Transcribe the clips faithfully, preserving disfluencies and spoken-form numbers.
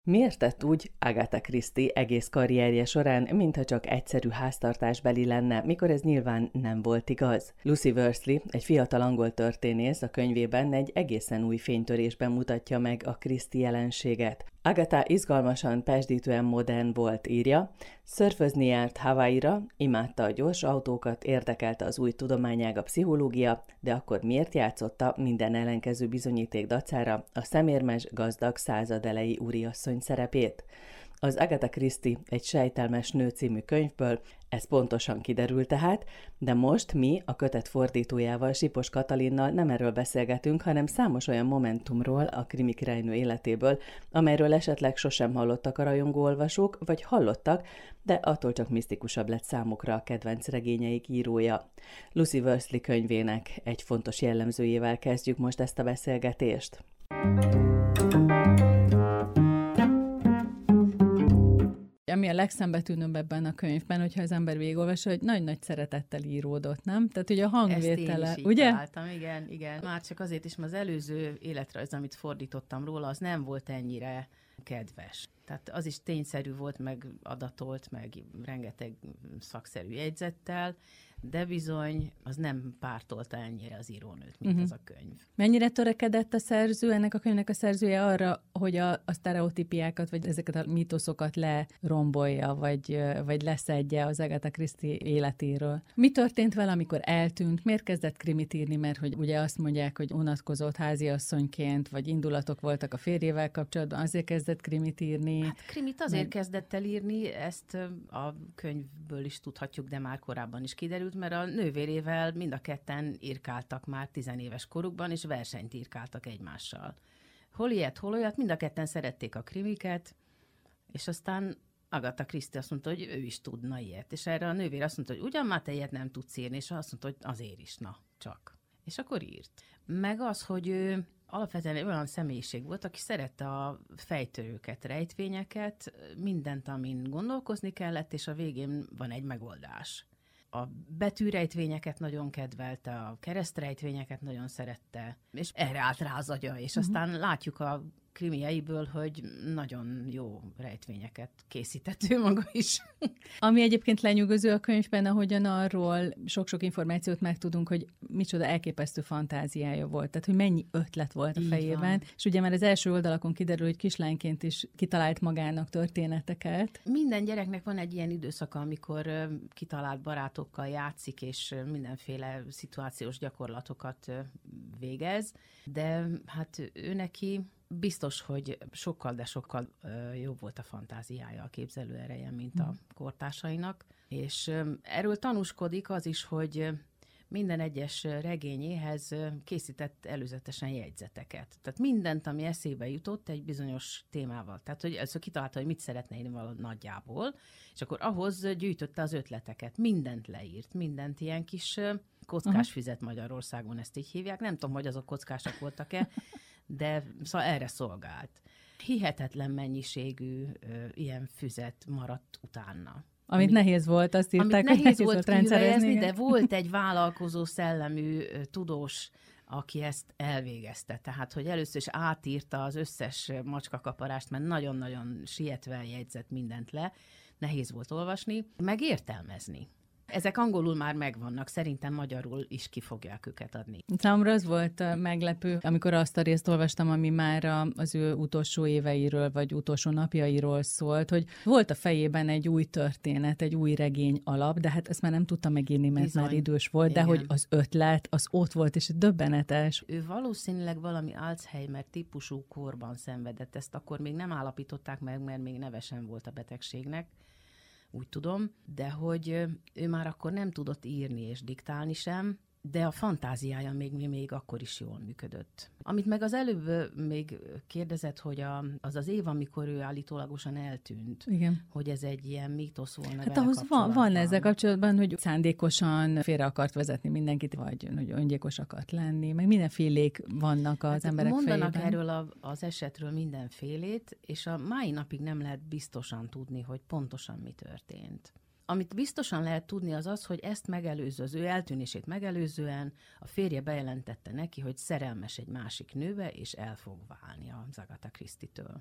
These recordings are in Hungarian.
Miért tett úgy Agatha Christie egész karrierje során, mintha csak egyszerű háztartásbeli lenne, mikor ez nyilván nem volt igaz? Lucy Worsley, egy fiatal angol történész a könyvében egy egészen új fénytörésben mutatja meg a Christie jelenséget. Agatha izgalmasan, pezsdítően modern volt, írja, szörfözni járt Hawaii-ra, imádta a gyors autókat, érdekelte az új tudományág a pszichológia, de akkor miért játszotta minden ellenkező bizonyíték dacára a szemérmes, gazdag századelei úriasszony szerepét? Az Agatha Christie egy sejtelmes nő című könyvből, ez pontosan kiderül tehát, de most mi a kötet fordítójával, Sipos Katalinnal nem erről beszélgetünk, hanem számos olyan momentumról a krimi királynő életéből, amelyről esetleg sosem hallottak a rajongó olvasók, vagy hallottak, de attól csak misztikusabb lett számukra a kedvenc regényeik írója. Lucy Worsley könyvének egy fontos jellemzőjével kezdjük most ezt a beszélgetést. Ami a legszembetűnőbb ebben a könyvben, hogyha az ember végigolvassa, hogy nagy-nagy szeretettel íródott, nem? Tehát ugye a hangvétele, ezt én is ugye? találtam, igen, igen. Már csak azért is, mert az előző életrajz, amit fordítottam róla, az nem volt ennyire kedves. Tehát az is tényszerű volt, meg adatolt, meg rengeteg szakszerű jegyzettel, de bizony az nem pártolta ennyire az írónőt, mint uh-huh. ez a könyv. Mennyire törekedett a szerző, ennek a könyvnek a szerzője arra, hogy a, a sztereotípiákat, vagy ezeket a mítoszokat lerombolja, vagy, vagy leszedje az Agatha Christie életéről? Mi történt vele, amikor eltűnt? Miért kezdett krimit írni? Mert hogy ugye azt mondják, hogy unatkozott háziasszonyként, vagy indulatok voltak a férjével kapcsolatban, azért kezdett krimit írni. Hát krimit azért mert... kezdett el írni, ezt a könyvből is tudhatjuk, de már korábban is kiderült, mert a nővérével mind a ketten írkáltak már tizenéves korukban, és versenyt írkáltak egymással. Hol ilyet, hol olyat, mind a ketten szerették a krimiket, és aztán Agatha Christie azt mondta, hogy ő is tudna ilyet. És erre a nővér azt mondta, hogy ugyan már te ilyet nem tudsz írni, és azt mondta, hogy azért is, na, csak. És akkor írt. Meg az, hogy ő alapvetően olyan személyiség volt, aki szerette a fejtörőket, rejtvényeket, mindent, amin gondolkozni kellett, és a végén van egy megoldás. A betűrejtvényeket nagyon kedvelte, a keresztrejtvényeket nagyon szerette, és erre állt rá az agya, és aztán uh-huh. látjuk a krimieiből, hogy nagyon jó rejtvényeket készített ő maga is. Ami egyébként lenyűgöző a könyvben, ahogyan arról sok-sok információt megtudunk, hogy micsoda elképesztő fantáziája volt, tehát hogy mennyi ötlet volt a Így fejében. Van. És ugye már az első oldalakon kiderül, hogy kislányként is kitalált magának történeteket. Minden gyereknek van egy ilyen időszaka, amikor kitalált barátokkal játszik, és mindenféle szituációs gyakorlatokat végez, de hát ő neki biztos, hogy sokkal, de sokkal ö, jobb volt a fantáziája, a képzelő ereje, mint a kortársainak. És ö, erről tanúskodik az is, hogy minden egyes regényéhez készített előzetesen jegyzeteket. Tehát mindent, ami eszébe jutott egy bizonyos témával. Tehát, hogy először kitalálta, hogy mit szeretne írni valahogy nagyjából, és akkor ahhoz gyűjtötte az ötleteket. Mindent leírt, mindent ilyen kis kockás füzet Magyarországon, ezt így hívják. Nem tudom, hogy azok kockásak voltak-e, de szóval erre szolgált. Hihetetlen mennyiségű ö, ilyen füzet maradt utána. Amit ami, nehéz volt, azt írták, amit hogy nehéz nehéz volt rendszerezni. de volt egy vállalkozó szellemű ö, tudós, aki ezt elvégezte. Tehát, hogy először is átírta az összes macskakaparást, mert nagyon-nagyon sietve jegyzett mindent le, nehéz volt olvasni, meg értelmezni. Ezek angolul már megvannak, szerintem magyarul is ki fogják őket adni. Számomra az volt meglepő, amikor azt a részt olvastam, ami már az ő utolsó éveiről, vagy utolsó napjairól szólt, hogy volt a fejében egy új történet, egy új regény alap, de hát ezt már nem tudta megírni, mert Bizony. Már idős volt, Igen. de hogy az ötlet, az ott volt, és döbbenetes. Ő valószínűleg valami Alzheimer típusú korban szenvedett, ezt akkor még nem állapították meg, mert még nevesen volt a betegségnek, úgy tudom, de hogy ő már akkor nem tudott írni és diktálni sem, de a fantáziája még, még akkor is jól működött. Amit meg az előbb még kérdezett, hogy a, az az év, amikor ő állítólagosan eltűnt, Igen. hogy ez egy ilyen mítosz volna Hát ahhoz van, van ezzel kapcsolatban, hogy szándékosan félre akart vezetni mindenkit, vagy hogy öngyilkos akart lenni, meg mindenfélék vannak az hát emberek mondanak fejében. Mondanak erről a, az esetről mindenfélét, és a mai napig nem lehet biztosan tudni, hogy pontosan mi történt. Amit biztosan lehet tudni az az, hogy ezt megelőző, az ő eltűnését megelőzően a férje bejelentette neki, hogy szerelmes egy másik nőbe, és el fog válni az Agatha Christie-től.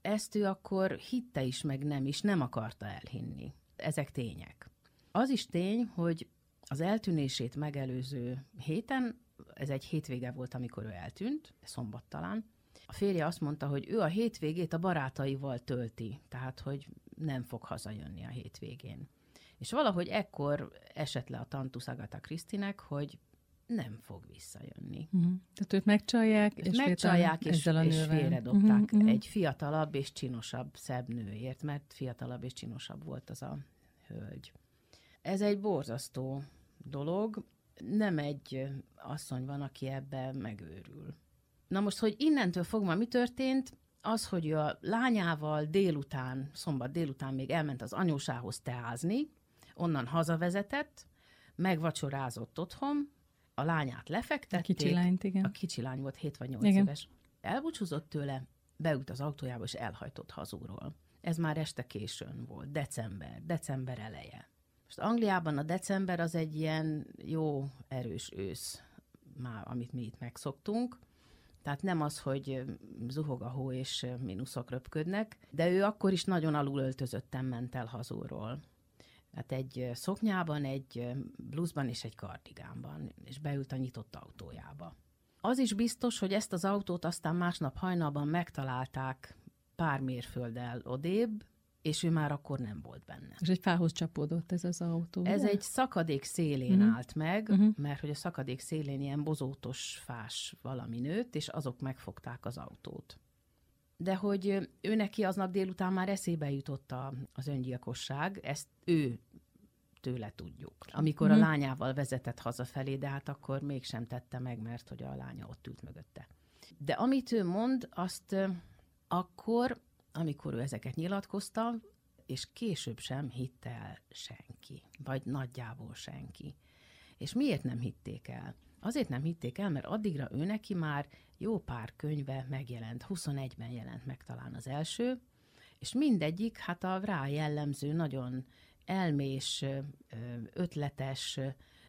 ezt ő akkor hitte is, meg nem is, nem akarta elhinni. Ezek tények. Az is tény, hogy az eltűnését megelőző héten, ez egy hétvége volt, amikor ő eltűnt, szombat talán, a férje azt mondta, hogy ő a hétvégét a barátaival tölti, tehát, hogy nem fog hazajönni a hétvégén. És valahogy ekkor esett le a tantusz Agatha Christie-nek, hogy nem fog visszajönni. Uh-huh. Tehát őt megcsalják, és, megcsalják és, ezzel a és félredobták uh-huh, uh-huh. egy fiatalabb és csinosabb, szebb nőért, mert fiatalabb és csinosabb volt az a hölgy. Ez egy borzasztó dolog. Nem egy asszony van, aki ebbe megőrül. Na most, hogy innentől fogva mi történt, az, hogy a lányával délután, szombat délután még elment az anyósához teázni, onnan hazavezetett, megvacsorázott otthon, a lányát lefektették. A kicsi lányt, igen. A kicsi lány volt hét vagy nyolc igen. éves. Elbúcsúzott tőle, beült az autójába, és elhajtott hazúról. Ez már este későn volt, december, december eleje. Most Angliában a december az egy ilyen jó, erős ősz, már, amit mi itt megszoktunk. Tehát nem az, hogy zuhog a hó és mínuszok röpködnek, de ő akkor is nagyon alul öltözötten ment el hazúról. Hát egy szoknyában, egy blúzban és egy kardigánban, és beült a nyitott autójába. Az is biztos, hogy ezt az autót aztán másnap hajnalban megtalálták pár mérfölddel odébb, és ő már akkor nem volt benne. És egy fához csapódott ez az autó. Ez ugye? egy szakadék szélén uh-huh. állt meg, uh-huh. mert hogy a szakadék szélén ilyen bozótos fás valami nőtt, és azok megfogták az autót. De hogy ő neki aznap délután már eszébe jutott a, az öngyilkosság, ezt ő tőle tudjuk. Amikor uh-huh. a lányával vezetett hazafelé, de hát akkor mégsem tette meg, mert hogy a lánya ott ült mögötte. De amit ő mond, azt akkor, amikor ő ezeket nyilatkozta, és később sem hitte el senki, vagy nagyjából senki. És miért nem hitték el? Azért nem hitték el, mert addigra ő neki már jó pár könyve megjelent, huszonegyben jelent meg talán az első, és mindegyik, hát a rá jellemző, nagyon elmés, ötletes,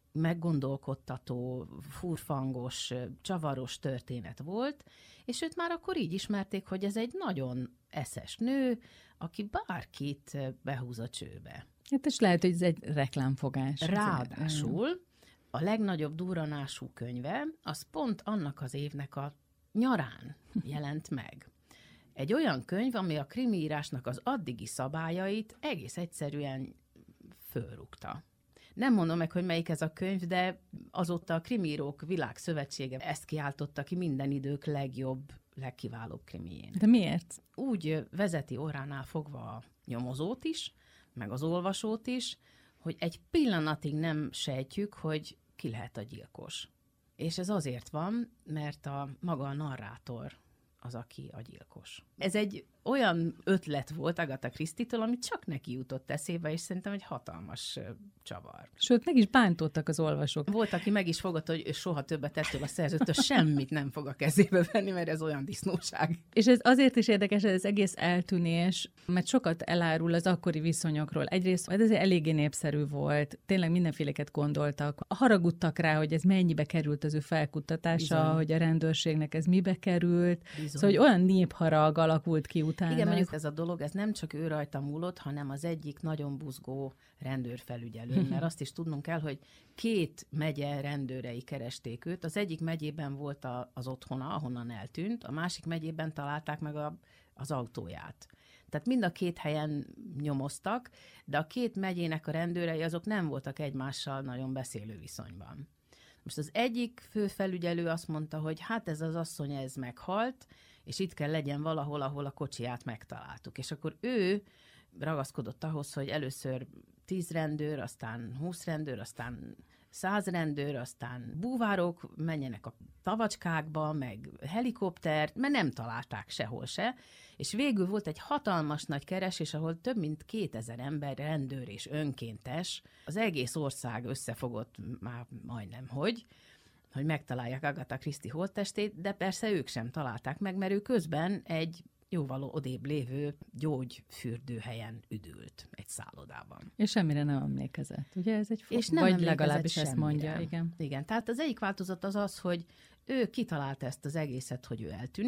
meggondolkodtató, furfangos, csavaros történet volt, és őt már akkor így ismerték, hogy ez egy nagyon eszes nő, aki bárkit behúz a csőbe. Hát és lehet, hogy ez egy reklámfogás. Ráadásul a legnagyobb durranású könyve, az pont annak az évnek a nyarán jelent meg. Egy olyan könyv, ami a krimiírásnak az addigi szabályait egész egyszerűen fölrúgta. Nem mondom meg, hogy melyik ez a könyv, de azóta a Krimírók Világszövetsége ezt kiáltotta ki minden idők legjobb, legkiválóbb krimién. De miért? Úgy vezeti orránál fogva a nyomozót is, meg az olvasót is, hogy egy pillanatig nem sejtjük, hogy ki lehet a gyilkos. És ez azért van, mert a maga a narrátor az, aki a gyilkos. Ez egy olyan ötlet volt Agatha Christie-től, ami csak neki jutott eszébe, és szerintem egy hatalmas csavar. Sőt, meg is bántottak az olvasók. Volt, aki meg is fogadta, hogy ő soha többet ettől a szerzőtől semmit nem fog a kezébe venni, mert ez olyan disznóság. És ez azért is érdekes, ez egész eltűnés, mert sokat elárul az akkori viszonyokról. Egyrészt ez eléggé népszerű volt, tényleg mindenféleket gondoltak. Haragudtak rá, hogy ez mennyibe került az ő felkuttatása, Bizony. Hogy a rendőrségnek ez mibe került. Bizony. Szóval, hogy olyan népharag alakult ki utána. Igen, mondjuk ez a dolog, ez nem csak ő rajta múlott, hanem az egyik nagyon buzgó rendőrfelügyelő, mert azt is tudnunk kell, hogy két megye rendőrei keresték őt. Az egyik megyében volt a, az otthona, ahonnan eltűnt, a másik megyében találták meg a, az autóját. Tehát mind a két helyen nyomoztak, de a két megyének a rendőrei azok nem voltak egymással nagyon beszélő viszonyban. Most az egyik főfelügyelő azt mondta, hogy hát ez az asszony, ez meghalt, és itt kell legyen valahol, ahol a kocsiját megtaláltuk. És akkor ő ragaszkodott ahhoz, hogy először tíz rendőr, aztán húsz rendőr, aztán száz rendőr, aztán búvárok menjenek a tavacskákba, meg helikoptert, mert nem találták sehol se. És végül volt egy hatalmas nagy keresés, ahol több mint kétezer ember, rendőr és önkéntes, az egész ország összefogott már majdnem, hogy, hogy megtalálják Agatha Christie holttestét, de persze ők sem találták meg, mert ő közben egy jóval odébb lévő gyógyfürdőhelyen üdült egy szállodában. És semmire nem emlékezett, ugye? Ez egy fo- és nem vagy legalábbis semmire. Ezt mondja, igen. Igen, tehát az egyik változat az az, hogy ő kitalálta ezt az egészet, hogy ő eltűnik,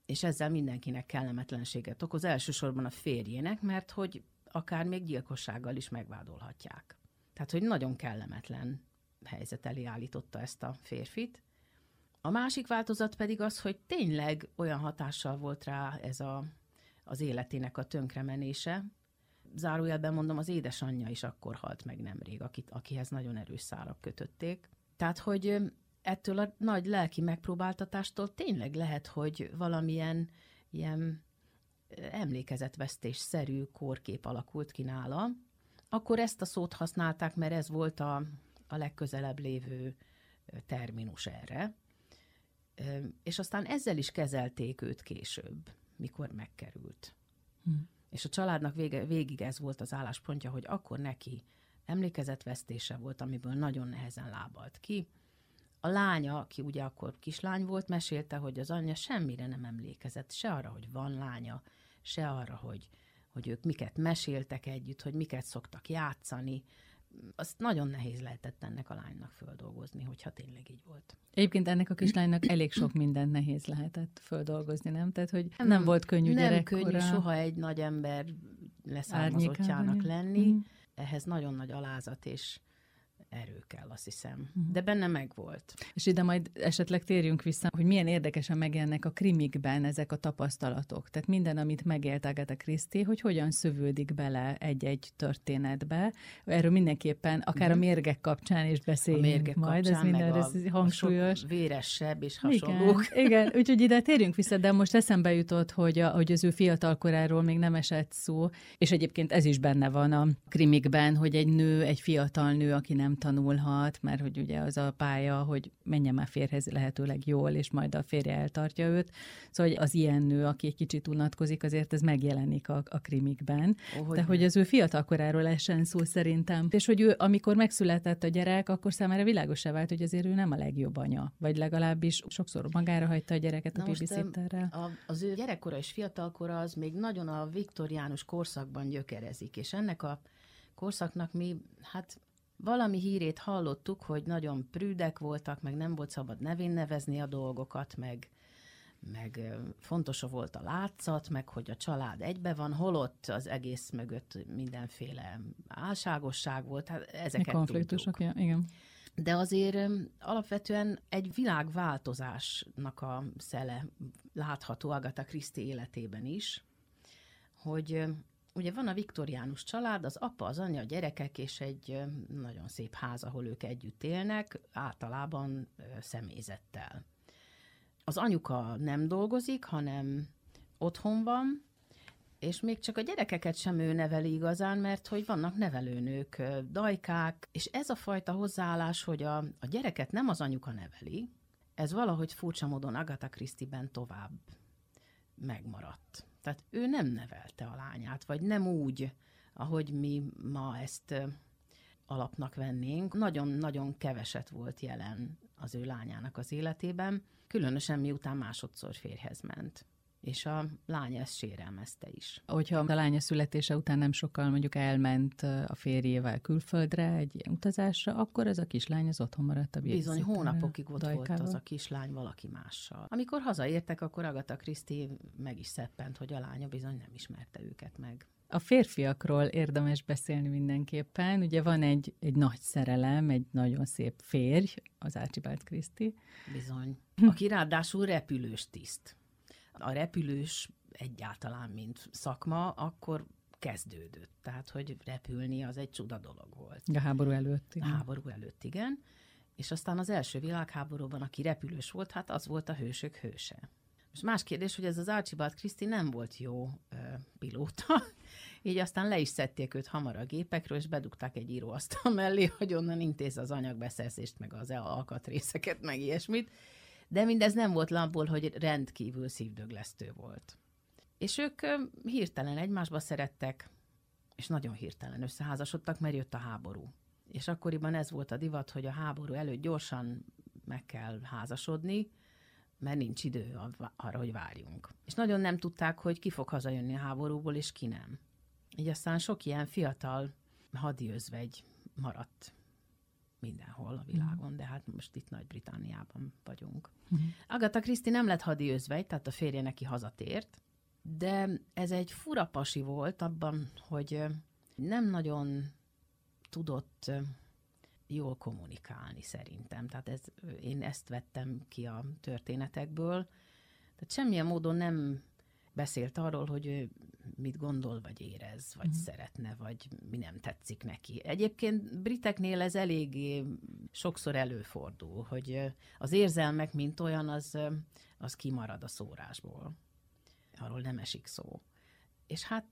és ezzel mindenkinek kellemetlenséget okoz, elsősorban a férjének, mert hogy akár még gyilkossággal is megvádolhatják. Tehát, hogy nagyon kellemetlen helyzet elé állította ezt a férfit. A másik változat pedig az, hogy tényleg olyan hatással volt rá ez a, az életének a tönkremenése. Zárójelben mondom, az édesanyja is akkor halt meg nemrég, akit, akihez nagyon erős szálak kötötték. Tehát, hogy ettől a nagy lelki megpróbáltatástól tényleg lehet, hogy valamilyen ilyen emlékezetvesztésszerű kórkép alakult ki nála. Akkor ezt a szót használták, mert ez volt a, a legközelebb lévő terminus erre. És aztán ezzel is kezelték őt később, mikor megkerült. Hm. És a családnak vége, végig ez volt az álláspontja, hogy akkor neki emlékezetvesztése volt, amiből nagyon nehezen lábalt ki. A lánya, aki ugye akkor kislány volt, mesélte, hogy az anyja semmire nem emlékezett, se arra, hogy van lánya, se arra, hogy, hogy ők miket meséltek együtt, hogy miket szoktak játszani. Azt nagyon nehéz lehetett ennek a lánynak földolgozni, hogyha tényleg így volt. Egyébként ennek a kislánynak elég sok mindent nehéz lehetett földolgozni, nem? Tehát, hogy nem, nem volt könnyű nem gyerekkora. Nem könnyű soha egy nagy ember leszármazottjának lenni. Mm. Ehhez nagyon nagy alázat és erő kell, azt hiszem. Uh-huh. De benne megvolt. És ide majd esetleg térjünk vissza, hogy milyen érdekesen megjelennek a krimikben ezek a tapasztalatok. Tehát minden, amit megélt Agatha Christie, hogy hogyan szövődik bele egy-egy történetbe. Erről mindenképpen, akár uh-huh. a mérgek kapcsán is beszéljünk a mérgek majd. Ez minden, ez hangsúlyos. A véresebb és hasonlók. Igen, igen, úgyhogy ide térjünk vissza, de most eszembe jutott, hogy, a, hogy az ő fiatalkoráról még nem esett szó, és egyébként ez is benne van a krimikben, hogy egy nő, egy fiatal nő, aki nem tanulhat, mert hogy ugye az a pálya, hogy menjen már férjhez lehetőleg jól, és majd a férje eltartja őt. Szóval az ilyen nő, aki egy kicsit unatkozik, azért ez megjelenik a, a krimikben. Oh, de hogy az ő fiatalkoráról essen szó szerintem. És hogy ő, amikor megszületett a gyerek, akkor számára világossá vált, hogy azért ő nem a legjobb anya. Vagy legalábbis sokszor magára hagyta a gyereket a babysitterrel. Az ő gyerekkora és fiatalkora az még nagyon a viktoriánus korszakban gyökerezik, és ennek a korszaknak mi, hát valami hírét hallottuk, hogy nagyon prűdek voltak, meg nem volt szabad nevén nevezni a dolgokat, meg, meg fontos volt a látszat, meg hogy a család egybe van, holott az egész mögött mindenféle álságosság volt, hát ezeket konfliktusok, tudjuk. Ja, igen. De azért alapvetően egy világváltozásnak a szele látható Agatha Christie életében is, hogy ugye van a viktoriánus család, az apa, az anya, a gyerekek és egy nagyon szép ház, ahol ők együtt élnek, általában személyzettel. Az anyuka nem dolgozik, hanem otthon van, és még csak a gyerekeket sem ő neveli igazán, mert hogy vannak nevelőnők, dajkák, és ez a fajta hozzáállás, hogy a, a gyereket nem az anyuka neveli, ez valahogy furcsa módon Agatha Christie-ben tovább megmaradt. Tehát ő nem nevelte a lányát, vagy nem úgy, ahogy mi ma ezt alapnak vennénk. Nagyon-nagyon keveset volt jelen az ő lányának az életében, különösen miután másodszor férjhez ment. És a lánya ezt sérelmezte is. Hogyha a lánya születése után nem sokkal mondjuk elment a férjével külföldre egy ilyen utazásra, akkor ez a kislány az otthon maradt a Bizony, hónapokig ott dajkával. Volt az a kislány valaki mással. Amikor hazaértek, akkor Agatha Christie meg is szeppent, hogy a lánya bizony nem ismerte őket meg. A férfiakról érdemes beszélni mindenképpen. Ugye van egy, egy nagy szerelem, egy nagyon szép férj, az Archibald Christie. Bizony. Aki ráadásul repülős tiszt. A repülős egyáltalán, mint szakma, akkor kezdődött. Tehát, hogy repülni az egy csuda dolog volt. A háború előtt, igen. A háború előtt, igen. És aztán az első világháborúban, aki repülős volt, hát az volt a hősök hőse. Most más kérdés, hogy ez az Archibald Christie nem volt jó ö, pilóta, így aztán le is szedték őt hamar a gépekről, és bedugták egy íróasztal mellé, hogy onnan intézze az anyagbeszerzést, meg az alkatrészeket, meg ilyesmit. De mindez nem volt abból, hogy rendkívül szívdöglesztő volt. És ők hirtelen egymásba szerettek, és nagyon hirtelen összeházasodtak, mert jött a háború. És akkoriban ez volt a divat, hogy a háború előtt gyorsan meg kell házasodni, mert nincs idő arra, hogy várjunk. És nagyon nem tudták, hogy ki fog hazajönni a háborúból, és ki nem. Így aztán sok ilyen fiatal hadiözvegy maradt mindenhol a világon, de hát most itt Nagy-Britanniában vagyunk. Uh-huh. Agatha Christie nem lett hadi özvegy, tehát a férje neki hazatért, de ez egy fura pasi volt abban, hogy nem nagyon tudott jól kommunikálni szerintem. Tehát ez, én ezt vettem ki a történetekből. Tehát semmilyen módon nem beszélt arról, hogy ő mit gondol, vagy érez, vagy mm. szeretne, vagy mi nem tetszik neki. Egyébként briteknél ez eléggé sokszor előfordul, hogy az érzelmek, mint olyan, az, az kimarad a szórásból. Arról nem esik szó. És hát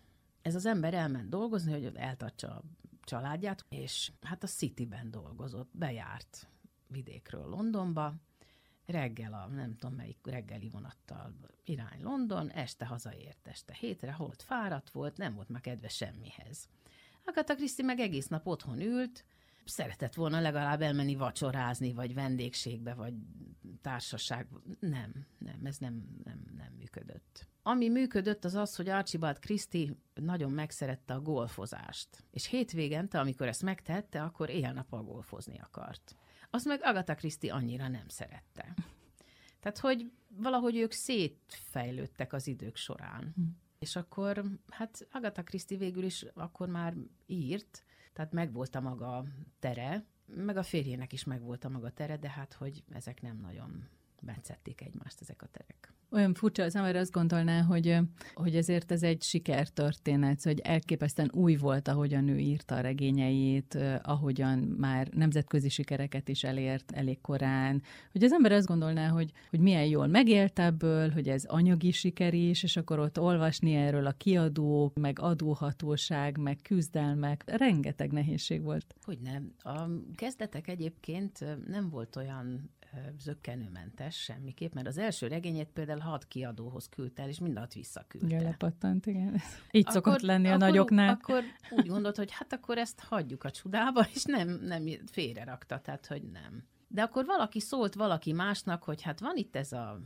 ez az ember elment dolgozni, hogy eltartsa a családját, és hát a Cityben dolgozott, bejárt vidékről Londonba, reggel a nem tudom melyik reggeli vonattal irány London, este hazaért este hétre, holott fáradt volt, nem volt már kedve semmihez. Agatha Christie meg egész nap otthon ült, szeretett volna legalább elmenni vacsorázni, vagy vendégségbe, vagy társaság. Nem, nem, ez nem, nem, nem működött. Ami működött, az az, hogy Archibald Christie nagyon megszerette a golfozást. És hétvégente, amikor ezt megtette, akkor éjjel-nappal golfozni akart. Azt meg Agatha Christie annyira nem szerette. Tehát, hogy valahogy ők szétfejlődtek az idők során. Hm. És akkor, hát Agatha Christie végül is akkor már írt, tehát megvolt a maga tere, meg a férjének is megvolt a maga tere, de hát, hogy ezek nem nagyon betszették egymást, ezek a terek. Olyan furcsa, az ember azt gondolná, hogy, hogy ezért ez egy sikertörténet, hogy elképesztően új volt, ahogyan ő írta a regényeit, ahogyan már nemzetközi sikereket is elért elég korán, hogy az ember azt gondolná, hogy, hogy milyen jól megélt ebből, hogy ez anyagi siker is, és akkor ott olvasni erről a kiadók, meg adóhatóság, meg küzdelmek, rengeteg nehézség volt. Hogy nem. A kezdetek egyébként nem volt olyan zökkenőmentes semmiképp, mert az első regényét például hat kiadóhoz küldte el, és mindat visszaküldte. Igen, lepattant, igen. Így akkor, szokott lenni akkor, a nagyoknál. Akkor úgy gondolt, hogy hát akkor ezt hagyjuk a csudába, és nem, nem félre rakta, tehát hogy nem. De akkor valaki szólt valaki másnak, hogy hát van itt ez a...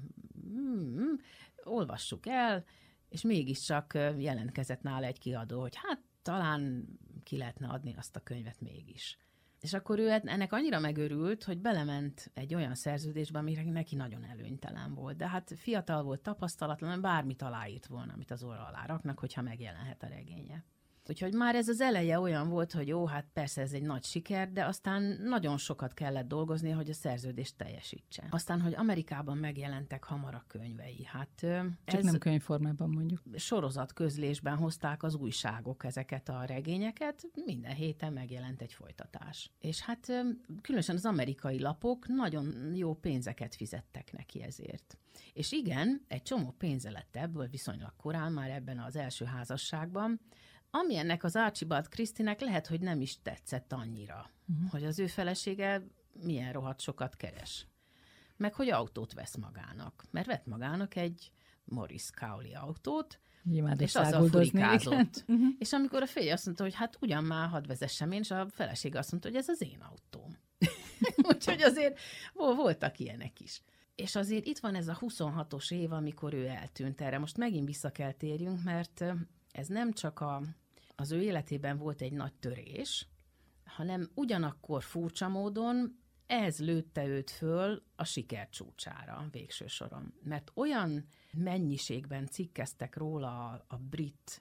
Hmm, olvassuk el, és mégiscsak jelentkezett nála egy kiadó, hogy hát talán ki lehetne adni azt a könyvet mégis. És akkor ő ennek annyira megörült, hogy belement egy olyan szerződésbe, amire neki nagyon előnytelen volt. De hát fiatal volt, tapasztalatlan, bármit aláírt volna, amit az orra alá raknak, hogyha megjelenhet a regénye. Úgyhogy már ez az eleje olyan volt, hogy jó, hát persze ez egy nagy siker, de aztán nagyon sokat kellett dolgozni, hogy a szerződést teljesítse. Aztán, hogy Amerikában megjelentek hamar a könyvei. Hát csak nem könyvformában mondjuk. Sorozat közlésben hozták az újságok ezeket a regényeket, minden héten megjelent egy folytatás. És hát különösen az amerikai lapok nagyon jó pénzeket fizettek neki ezért. És igen, egy csomó pénze lett ebből viszonylag korán, már ebben az első házasságban, ami ennek az Archibald Christie-nek lehet, hogy nem is tetszett annyira, uh-huh. hogy az ő felesége milyen rohadt sokat keres. Meg hogy autót vesz magának. Mert vett magának egy Morris Cowley autót, Imád és azzal furikázott. Uh-huh. És amikor a férje azt mondta, hogy hát ugyan már hadd vezessem én, és a felesége azt mondta, hogy ez az én autóm. Úgyhogy azért voltak ilyenek is. És azért itt van ez a huszonhatos év, amikor ő eltűnt erre. Most megint vissza kell térjünk, mert ez nem csak a, az ő életében volt egy nagy törés, hanem ugyanakkor furcsa módon ez lőtte őt föl a siker csúcsára végső soron. Mert olyan mennyiségben cikkeztek róla a, a brit,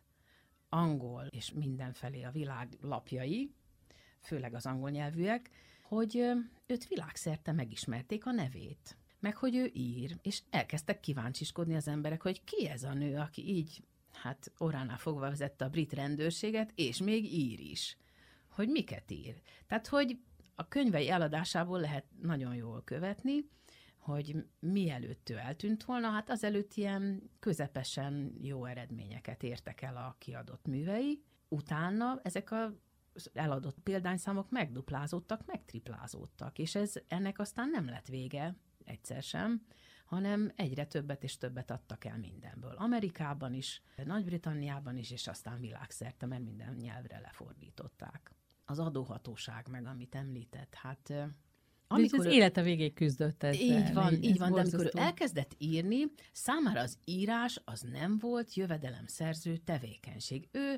angol és mindenfelé a világ lapjai, főleg az angol nyelvűek, hogy őt világszerte megismerték a nevét. Meg hogy ő ír, és elkezdtek kíváncsiskodni az emberek, hogy ki ez a nő, aki így, hát orránál fogva vezette a brit rendőrséget, és még ír is. Hogy miket ír. Tehát, hogy a könyvei eladásából lehet nagyon jól követni, hogy mielőtt ő eltűnt volna, hát azelőtt ilyen közepesen jó eredményeket értek el a kiadott művei. Utána ezek a eladott példányszámok megduplázódtak, megtriplázódtak, és ez ennek aztán nem lett vége egyszer sem, hanem egyre többet és többet adtak el mindenből. Amerikában is, Nagy-Britanniában is, és aztán világszerte, mert minden nyelvre lefordították. Az adóhatóság meg, amit említett, hát... Amikor az ő... élete végéig küzdött ezzel. Így van, így, így van, de amikor ő elkezdett írni, számára az írás az nem volt jövedelemszerző tevékenység. Ő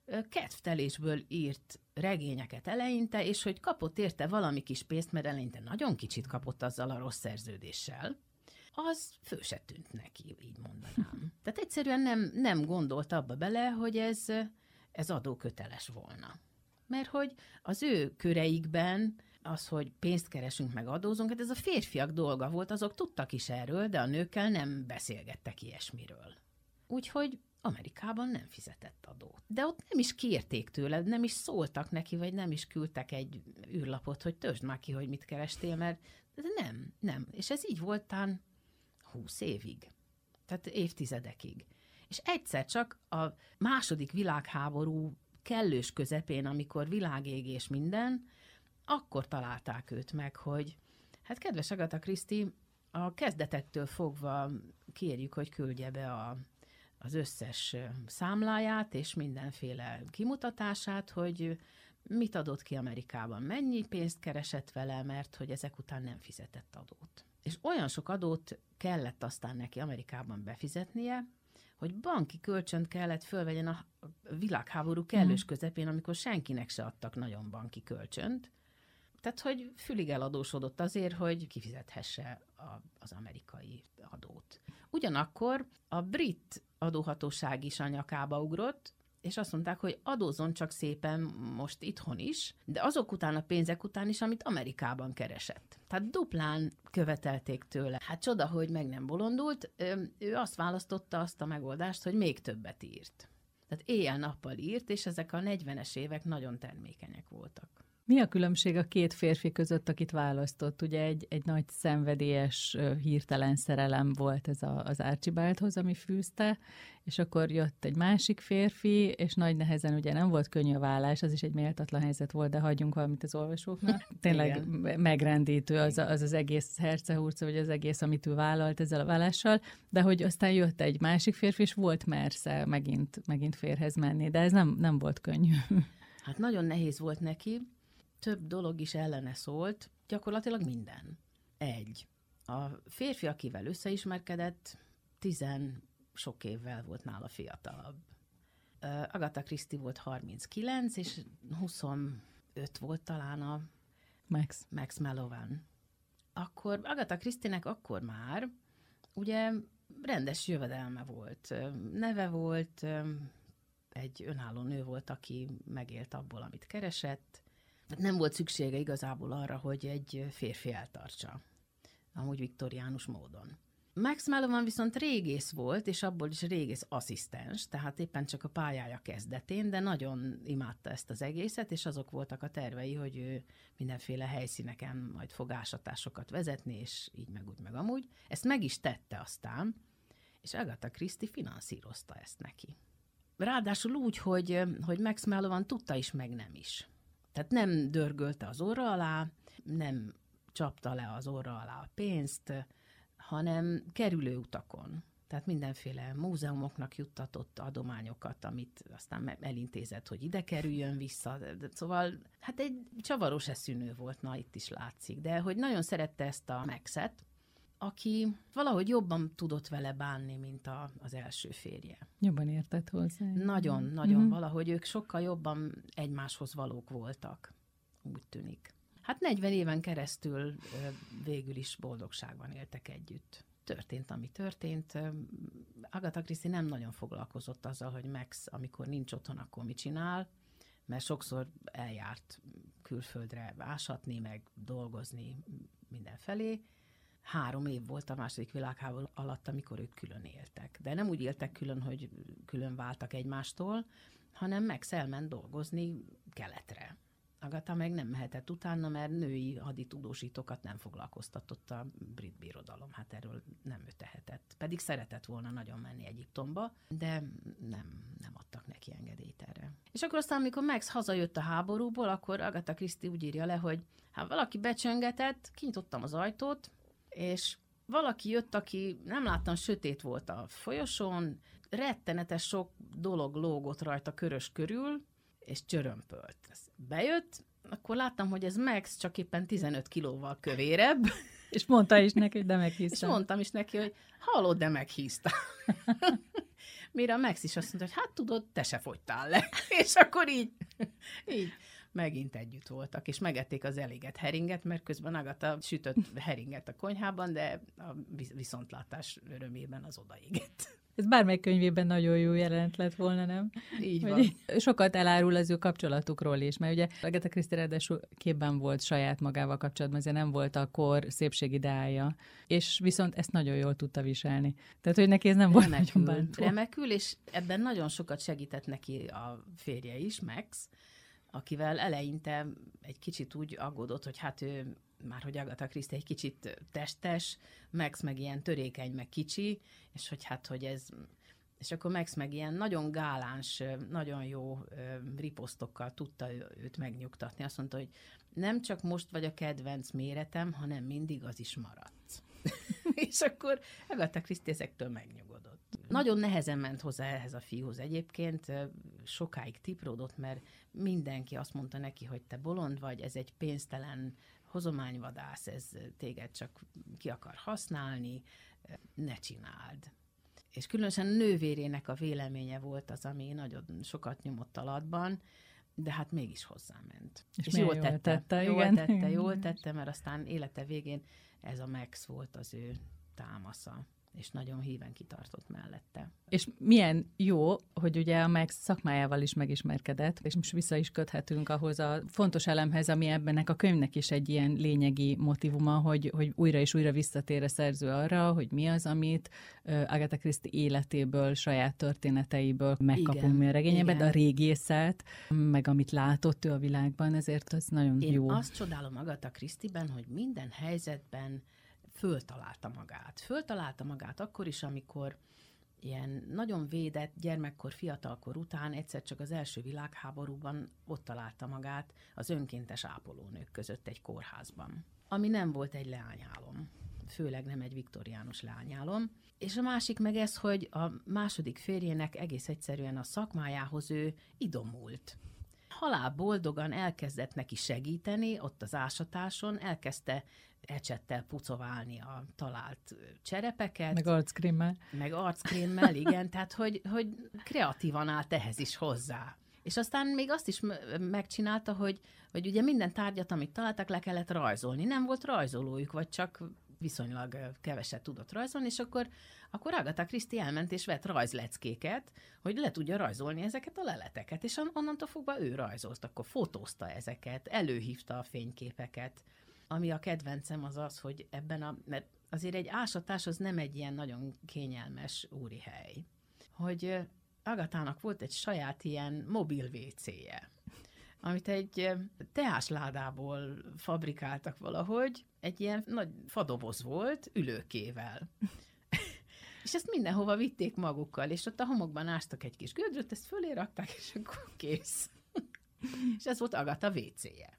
kedvtelésből írt regényeket eleinte, és hogy kapott érte valami kis pénzt, mert eleinte nagyon kicsit kapott azzal a rossz szerződéssel, az fő se tűnt neki, így mondanám. Tehát egyszerűen nem, nem gondolt abba bele, hogy ez, ez adóköteles volna. Mert hogy az ő köreikben az, hogy pénzt keresünk meg adózunk, hát ez a férfiak dolga volt, azok tudtak is erről, de a nőkkel nem beszélgettek ilyesmiről. Úgyhogy Amerikában nem fizetett adót. De ott nem is kérték tőle, nem is szóltak neki, vagy nem is küldtek egy űrlapot, hogy töltsd már ki, hogy mit kerestél, mert nem, nem. És ez így volt tán húsz évig. Tehát évtizedekig. És egyszer csak a második világháború kellős közepén, amikor világégés minden, akkor találták őt meg, hogy hát kedves Agatha Christie, a kezdetektől fogva kérjük, hogy küldje be a, az összes számláját és mindenféle kimutatását, hogy mit adott ki Amerikában, mennyi pénzt keresett vele, mert hogy ezek után nem fizetett adót. És olyan sok adót kellett aztán neki Amerikában befizetnie, hogy banki kölcsönt kellett fölvegyen a világháború kellős közepén, amikor senkinek se adtak nagyon banki kölcsönt. Tehát, hogy fülig eladósodott azért, hogy kifizethesse a, az amerikai adót. Ugyanakkor a brit adóhatóság is a nyakába ugrott, és azt mondták, hogy adózzon csak szépen most itthon is, de azok után a pénzek után is, amit Amerikában keresett. Tehát duplán követelték tőle. Hát csoda, hogy meg nem bolondult. Ő azt választotta azt a megoldást, hogy még többet írt. Tehát éjjel-nappal írt, és ezek a negyvenes évek nagyon termékenyek voltak. Mi a különbség a két férfi között, akit választott? Ugye egy, egy nagy szenvedélyes, hirtelen szerelem volt ez a, az Archibaldhoz, ami fűzte, és akkor jött egy másik férfi, és nagy nehezen ugye nem volt könnyű a vállás, az is egy méltatlan helyzet volt, de hagyjunk valamit az olvasóknak. Tényleg megrendítő az, az az egész hercehurca, vagy az egész, amit ő vállalt ezzel a vállással, de hogy aztán jött egy másik férfi, és volt mersze megint, megint férhez menni, de ez nem, nem volt könnyű. Hát nagyon nehéz volt neki, több dolog is ellene szólt, gyakorlatilag minden. Egy. A férfi, akivel összeismerkedett, tizen sok évvel volt nála fiatalabb. Agatha Christie volt harminckilenc, és huszonöt volt talán a Max, Max Mallowan. Akkor Agatha Christie-nek akkor már ugye rendes jövedelme volt. Neve volt, egy önálló nő volt, aki megélt abból, amit keresett. Nem volt szüksége igazából arra, hogy egy férfi eltartsa, amúgy viktoriánus módon. Max Mallowan viszont régész volt, és abból is régész asszisztens, tehát éppen csak a pályája kezdetén, de nagyon imádta ezt az egészet, és azok voltak a tervei, hogy ő mindenféle helyszíneken majd fog ásatásokat vezetni, és így meg úgy meg amúgy. Ezt meg is tette aztán, és Agatha Christie finanszírozta ezt neki. Ráadásul úgy, hogy, hogy Max Mallowan tudta is, meg nem is. Tehát nem dörgölte az orra alá, nem csapta le az orra alá a pénzt, hanem kerülő utakon. Tehát mindenféle múzeumoknak juttatott adományokat, amit aztán elintézett, hogy ide kerüljön vissza. Szóval hát egy csavaros eszűnő volt, na itt is látszik. De hogy nagyon szerette ezt a Maxet, aki valahogy jobban tudott vele bánni, mint a, az első férje. Jobban értett hozzá. Nagyon, nagyon mm-hmm. valahogy ők sokkal jobban egymáshoz valók voltak, úgy tűnik. Hát negyven éven keresztül végül is boldogságban éltek együtt. Történt, ami történt. Agatha Christie nem nagyon foglalkozott azzal, hogy Max, amikor nincs otthon, akkor mit csinál, mert sokszor eljárt külföldre ásatni, meg dolgozni mindenfelé. Három év volt a második világháború alatt, amikor ők külön éltek. De nem úgy éltek külön, hogy külön váltak egymástól, hanem Max elment dolgozni keletre. Agatha meg nem mehetett utána, mert női haditudósítókat nem foglalkoztatott a brit birodalom. Hát erről nem ő tehetett. Pedig szeretett volna nagyon menni Egyiptomba, de nem, nem adtak neki engedélyt erre. És akkor aztán, amikor Max hazajött a háborúból, akkor Agatha Christie úgy írja le, hogy hát valaki becsöngetett, kinyitottam az ajtót, és valaki jött, aki nem láttam, sötét volt a folyosón, rettenetes sok dolog lógott rajta körös körül, és csörömpölt. Bejött, akkor láttam, hogy ez Max csak éppen tizenöt kilóval kövérebb. És mondta is neki, hogy de meghíztam. És mondtam is neki, hogy hallod, de meghíztam. Mire a Max is azt mondta, hogy hát tudod, te se fogytál le. És akkor így, így megint együtt voltak, és megették az elégett heringet, mert közben Agatha sütött heringet a konyhában, de a viszontlátás örömében az odaégett. Ez bármely könyvében nagyon jó jelenet lett volna, nem? Így van. Hogy sokat elárul az ő kapcsolatukról is, mert ugye Agatha Christie ráadásul képben volt saját magával kapcsolatban, azért nem volt a kor szépségideája, és viszont ezt nagyon jól tudta viselni. Tehát, hogy neki ez nem remekül, volt nagyon bántó. Remekül, és ebben nagyon sokat segített neki a férje is, Max, akivel eleinte egy kicsit úgy aggódott, hogy hát ő már hogy Agatha Christie egy kicsit testes, Max meg ilyen törékeny, meg kicsi, és hogy hát, hogy ez... És akkor Max meg ilyen nagyon gáláns, nagyon jó riposztokkal tudta őt megnyugtatni. Azt mondta, hogy nem csak most vagy a kedvenc méretem, hanem mindig az is maradt. És akkor Agatha Christie ezektől megnyugodott. Nagyon nehezen ment hozzá ehhez a fiúhoz egyébként, sokáig tipródott, mert mindenki azt mondta neki, hogy te bolond vagy, ez egy pénztelen hozományvadász, ez téged csak ki akar használni, ne csináld. És különösen nővérének a véleménye volt az, ami nagyon sokat nyomott alatban, de hát mégis hozzáment. És, és jól jól tette, tette, jól igen. tette, jól tette, mert aztán élete végén ez a Max volt az ő támasza, és nagyon híven kitartott mellette. És milyen jó, hogy ugye a Max szakmájával is megismerkedett, és most vissza is köthetünk ahhoz a fontos elemhez, ami ebbennek a könyvnek is egy ilyen lényegi motivuma, hogy, hogy újra és újra visszatér a szerző arra, hogy mi az, amit uh, Agatha Christie életéből, saját történeteiből megkapunk mi a regényében, de a régészet, meg amit látott ő a világban, ezért az nagyon Én jó. Én azt csodálom Agatha Christie-ben, hogy minden helyzetben föltalálta magát. Föltalálta magát akkor is, amikor ilyen nagyon védett gyermekkor, fiatalkor után egyszer csak az első világháborúban ott találta magát az önkéntes ápolónők között egy kórházban, ami nem volt egy leányálom, főleg nem egy viktoriánus leányálom. És a másik meg ez, hogy a második férjének egész egyszerűen a szakmájához ő idomult. Halál boldogan elkezdett neki segíteni ott az ásatáson, elkezdte ecsettel pucoválni a talált cserepeket. Meg arckrémmel. Meg arckrémmel, igen, tehát hogy, hogy kreatívan állt ehhez is hozzá. És aztán még azt is megcsinálta, hogy, hogy ugye minden tárgyat, amit találtak, le kellett rajzolni. Nem volt rajzolójuk, vagy csak viszonylag keveset tudott rajzolni, és akkor, akkor Agatha Christie elment és vett rajzleckéket, hogy le tudja rajzolni ezeket a leleteket, és onnantól fogva ő rajzolt, akkor fotózta ezeket, előhívta a fényképeket. Ami a kedvencem az az, hogy ebben a, mert azért egy ásatás az nem egy ilyen nagyon kényelmes úri hely, hogy Agathának volt egy saját ilyen mobil vécéje, amit egy teásládából fabrikáltak valahogy, egy ilyen nagy fadoboz volt, ülőkével. És ezt mindenhova vitték magukkal, és ott a homokban ástak egy kis gödröt, ezt fölé rakták, és akkor kész. És ez volt Agatha vécéje.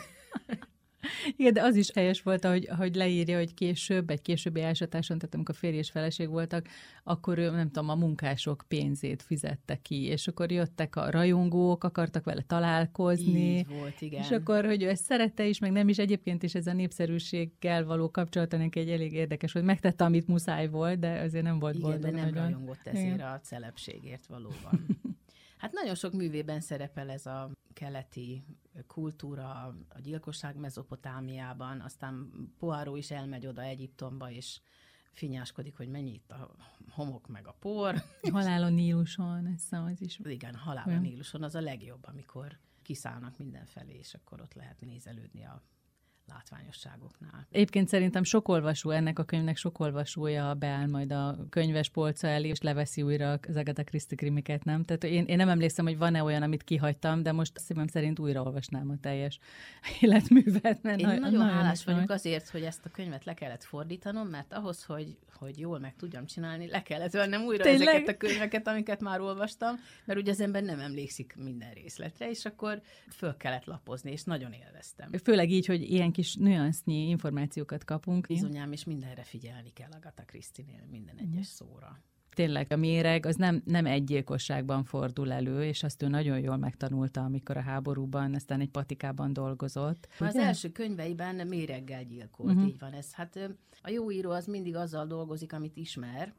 Igen, de az is helyes volt, ahogy, ahogy leírja, hogy később, egy későbbi ásatáson, tehát amikor férj és feleség voltak, akkor ő, nem tudom, a munkások pénzét fizette ki, és akkor jöttek a rajongók, akartak vele találkozni. Így volt, igen. És akkor, hogy ő ezt szerette is, meg nem is, egyébként is ez a népszerűséggel való kapcsolata neki egy elég érdekes, hogy megtette, amit muszáj volt, de azért nem volt igen, boldog. de nem nagyon. rajongott ezért a celebségért valóban. Hát nagyon sok művében szerepel ez a keleti kultúra, a gyilkosság Mezopotámiában, aztán Poirot is elmegy oda Egyiptomba, és finyáskodik, hogy mennyi itt a homok meg a por. Halál a Níluson, ez az is. Igen, Halál a Níluson az a legjobb, amikor kiszállnak mindenfelé, és akkor ott lehet nézelődni a látványosságoknál. Egyébként szerintem sok olvasó, ennek a könyvnek sok olvasója beáll majd a könyves polca elé, és leveszi újra az Agatha Christie krimiket, nem? Tehát én, én nem emlékszem, hogy van-e olyan, amit kihagytam, de most szívem szerint újraolvasnám a teljes életművet. Mert én na- nagyon hálás nagy. vagyok azért, hogy ezt a könyvet le kellett fordítanom, mert ahhoz, hogy, hogy jól meg tudjam csinálni, le kellett vennem újra Tényleg? ezeket a könyveket, amiket már olvastam, mert ugye az ember nem emlékszik minden részletre, és akkor föl kellett lapozni, és nagyon élveztem. Főleg így, hogy ilyen kis nüansznyi információkat kapunk. Bizonyám, és mindenre figyelni kell Agatha Christie-nél, minden egyes szóra. Tényleg a méreg az nem, nem egy gyilkosságban fordul elő, és azt ő nagyon jól megtanulta, amikor a háborúban, aztán egy patikában dolgozott. Az Ugye? első könyveiben méreggel gyilkolt, uh-huh. így van ez. Hát a jó író az mindig azzal dolgozik, amit ismer,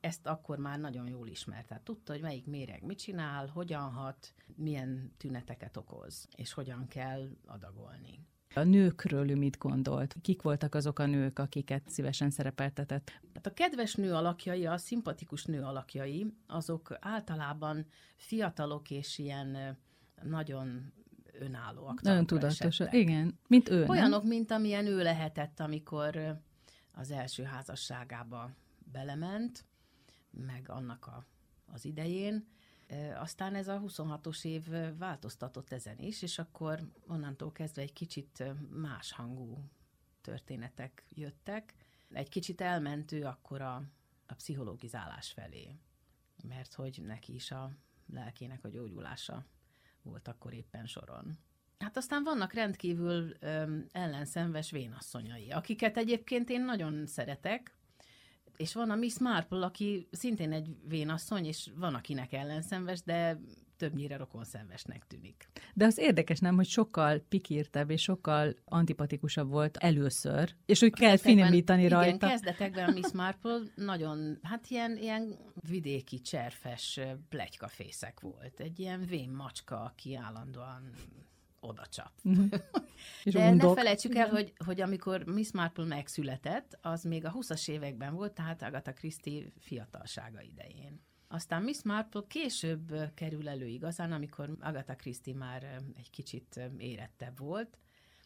ezt akkor már nagyon jól ismert. Tehát tudta, hogy melyik méreg mit csinál, hogyan hat, milyen tüneteket okoz, és hogyan kell adagolni. A nőkről ő mit gondolt? Kik voltak azok a nők, akiket szívesen szerepeltetett? Hát a kedves nő alakjai, a szimpatikus nő alakjai, azok általában fiatalok és ilyen nagyon önállóak. Nagyon tudatos, igen, mint ő, olyanok, nem? mint amilyen ő lehetett, amikor az első házasságába belement, meg annak a, az idején. Aztán ez a huszonhatos év változtatott ezen is, és akkor onnantól kezdve egy kicsit más hangú történetek jöttek. Egy kicsit elment ő akkor a, a pszichológizálás felé, mert hogy neki is a lelkének a gyógyulása volt akkor éppen soron. Hát aztán vannak rendkívül öm, ellenszenves vénasszonyai, akiket egyébként én nagyon szeretek, és van a Miss Marple, aki szintén egy vénasszony, és van akinek ellenszenves, de többnyire rokonszenvesnek tűnik. De az érdekes, nem, hogy sokkal pikírtebb és sokkal antipatikusabb volt először, és hogy kell finomítani igen, rajta. Igen, kezdetekben a Miss Marple nagyon, hát ilyen, ilyen vidéki, cserfes pletykafészek volt. Egy ilyen vén macska, aki állandóan odacsap. Uh-huh. De ne felejtsük el, hogy, hogy amikor Miss Marple megszületett, az még a huszas években volt, tehát Agatha Christie fiatalsága idején. Aztán Miss Marple később kerül elő igazán, amikor Agatha Christie már egy kicsit érettebb volt,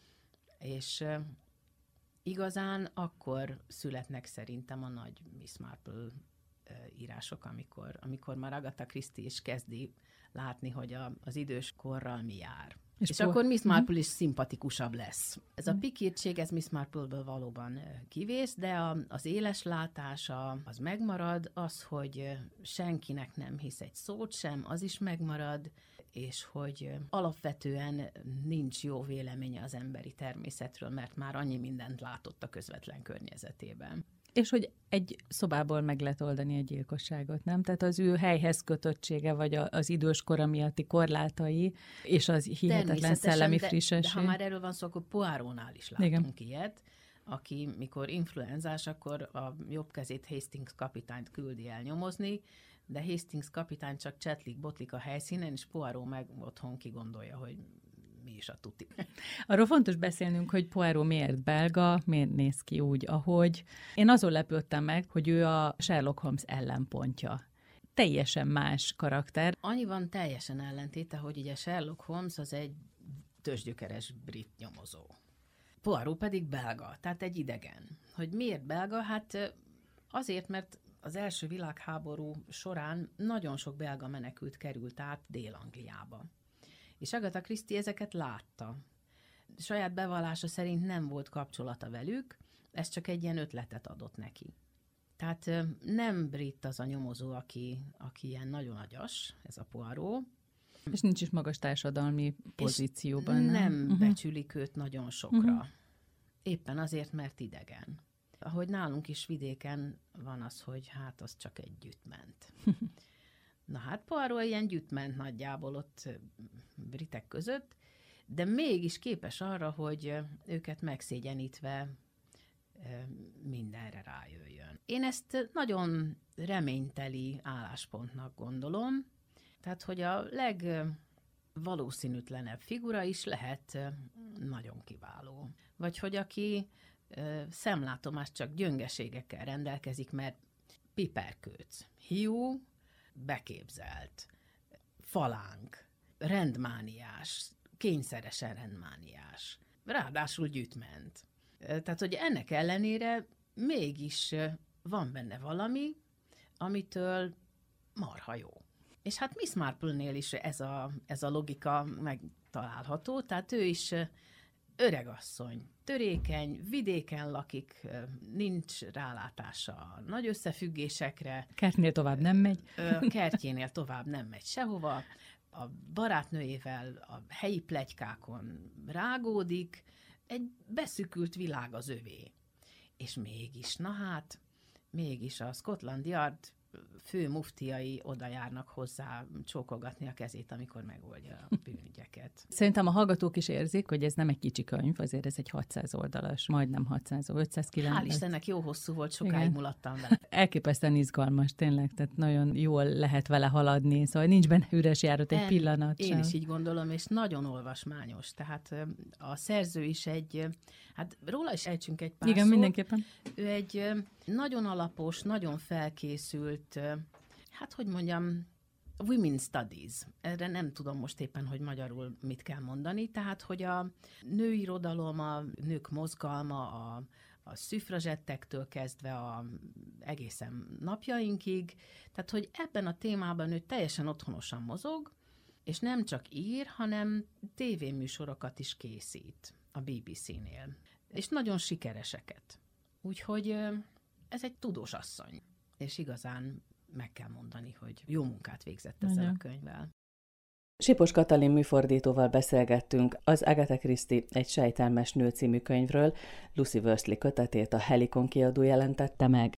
és igazán akkor születnek szerintem a nagy Miss Marple írások, amikor, amikor már Agatha Christie is kezdi látni, hogy a, az idős korral mi jár. És, és akkor Miss Marple is szimpatikusabb lesz. Ez a pikírtség, ez Miss Marple-ből valóban kivész, de a, az éles látása az megmarad, az, hogy senkinek nem hisz egy szót sem, az is megmarad, és hogy alapvetően nincs jó véleménye az emberi természetről, mert már annyi mindent látott a közvetlen környezetében. És hogy egy szobából meg lehet oldani egy gyilkosságot, nem? Tehát az ő helyhez kötöttsége, vagy az időskora miatti korlátai, és az hihetetlen szellemi frissesség. De ha már erről van szó, akkor Poirónál is látunk Igen. ilyet, aki mikor influenzás, akkor a jobb kezét Hastings kapitányt küldi el nyomozni, de Hastings kapitány csak csetlik-botlik a helyszínen, és Poirot meg otthon kigondolja, hogy mi is a tuti. Arról fontos beszélnünk, hogy Poirot miért belga, miért néz ki úgy, ahogy. Én azon lepődtem meg, hogy ő a Sherlock Holmes ellenpontja. Teljesen más karakter. Annyi van teljesen ellentéte, hogy ugye Sherlock Holmes az egy tőzsgyökeres brit nyomozó. Poirot pedig belga, tehát egy idegen. Hogy miért belga? Hát azért, mert az első világháború során nagyon sok belga menekült került át Dél-Angliába. És Agatha Christie ezeket látta. Saját bevallása szerint nem volt kapcsolata velük, ez csak egy ilyen ötletet adott neki. Tehát nem brit az a nyomozó, aki, aki ilyen nagyon agyas, ez a Poirot. És nincs is magas társadalmi pozícióban. Nem, nem uh-huh. becsülik őt nagyon sokra. Uh-huh. Éppen azért, mert idegen. Ahogy nálunk is vidéken van az, hogy hát az csak egy gyütment. Na hát Poirot ilyen gyütment nagyjából ott britek között, de mégis képes arra, hogy őket megszégyenítve mindenre rájöjjön. Én ezt nagyon reményteli álláspontnak gondolom, tehát hogy a legvalószínűtlenebb figura is lehet nagyon kiváló. Vagy hogy aki szemlátomás csak gyöngeségekkel rendelkezik, mert piperkőc, hiú, beképzelt, falánk, rendmániás, kényszeresen rendmániás, ráadásul gyűjtment. Tehát, hogy ennek ellenére mégis van benne valami, amitől marha jó. És hát Miss Marple-nél is ez a, ez a logika megtalálható, tehát ő is öregasszony, törékeny, vidéken lakik, nincs rálátása a nagy összefüggésekre. Kertnél tovább nem megy. Kertjénél tovább nem megy sehova. A barátnőjével a helyi pletykákon rágódik, egy beszűkült világ az övé. És mégis, na hát, mégis a Scotland Yard fő muftiai oda járnak hozzá csókolgatni a kezét, amikor megoldja a bűnügyeket. Szerintem a hallgatók is érzik, hogy ez nem egy kicsi könyv, azért ez egy hatszáz oldalas, majdnem hatszáz, ötszázkilencven. Hál' Istennek jó hosszú volt, sokáig mulattam vele. Elképesztően izgalmas, tényleg, tehát nagyon jól lehet vele haladni, szóval nincs benne üres járat egy En, pillanat Én sem. is így gondolom, és nagyon olvasmányos. Tehát a szerző is egy, hát róla is ejtsünk egy pár Igen, szót. mindenképpen. Ő egy nagyon alapos, nagyon felkészült, hát hogy mondjam, women studies. Erre nem tudom most éppen, hogy magyarul mit kell mondani. Tehát, hogy a női irodalom, a nők mozgalma, a, a szüfrazsettektől kezdve a egészen napjainkig. Tehát, hogy ebben a témában ő teljesen otthonosan mozog, és nem csak ír, hanem tévéműsorokat is készít a bé bé cé-nél. És nagyon sikereseket. Úgyhogy ez egy tudós asszony. És igazán meg kell mondani, hogy jó munkát végzett ezzel Nagyon. a könyvvel. Sipos Katalin műfordítóval beszélgettünk az Agatha Christie Egy sejtelmes nő című könyvről. Lucy Worsley kötetét a Helikon kiadó jelentette meg.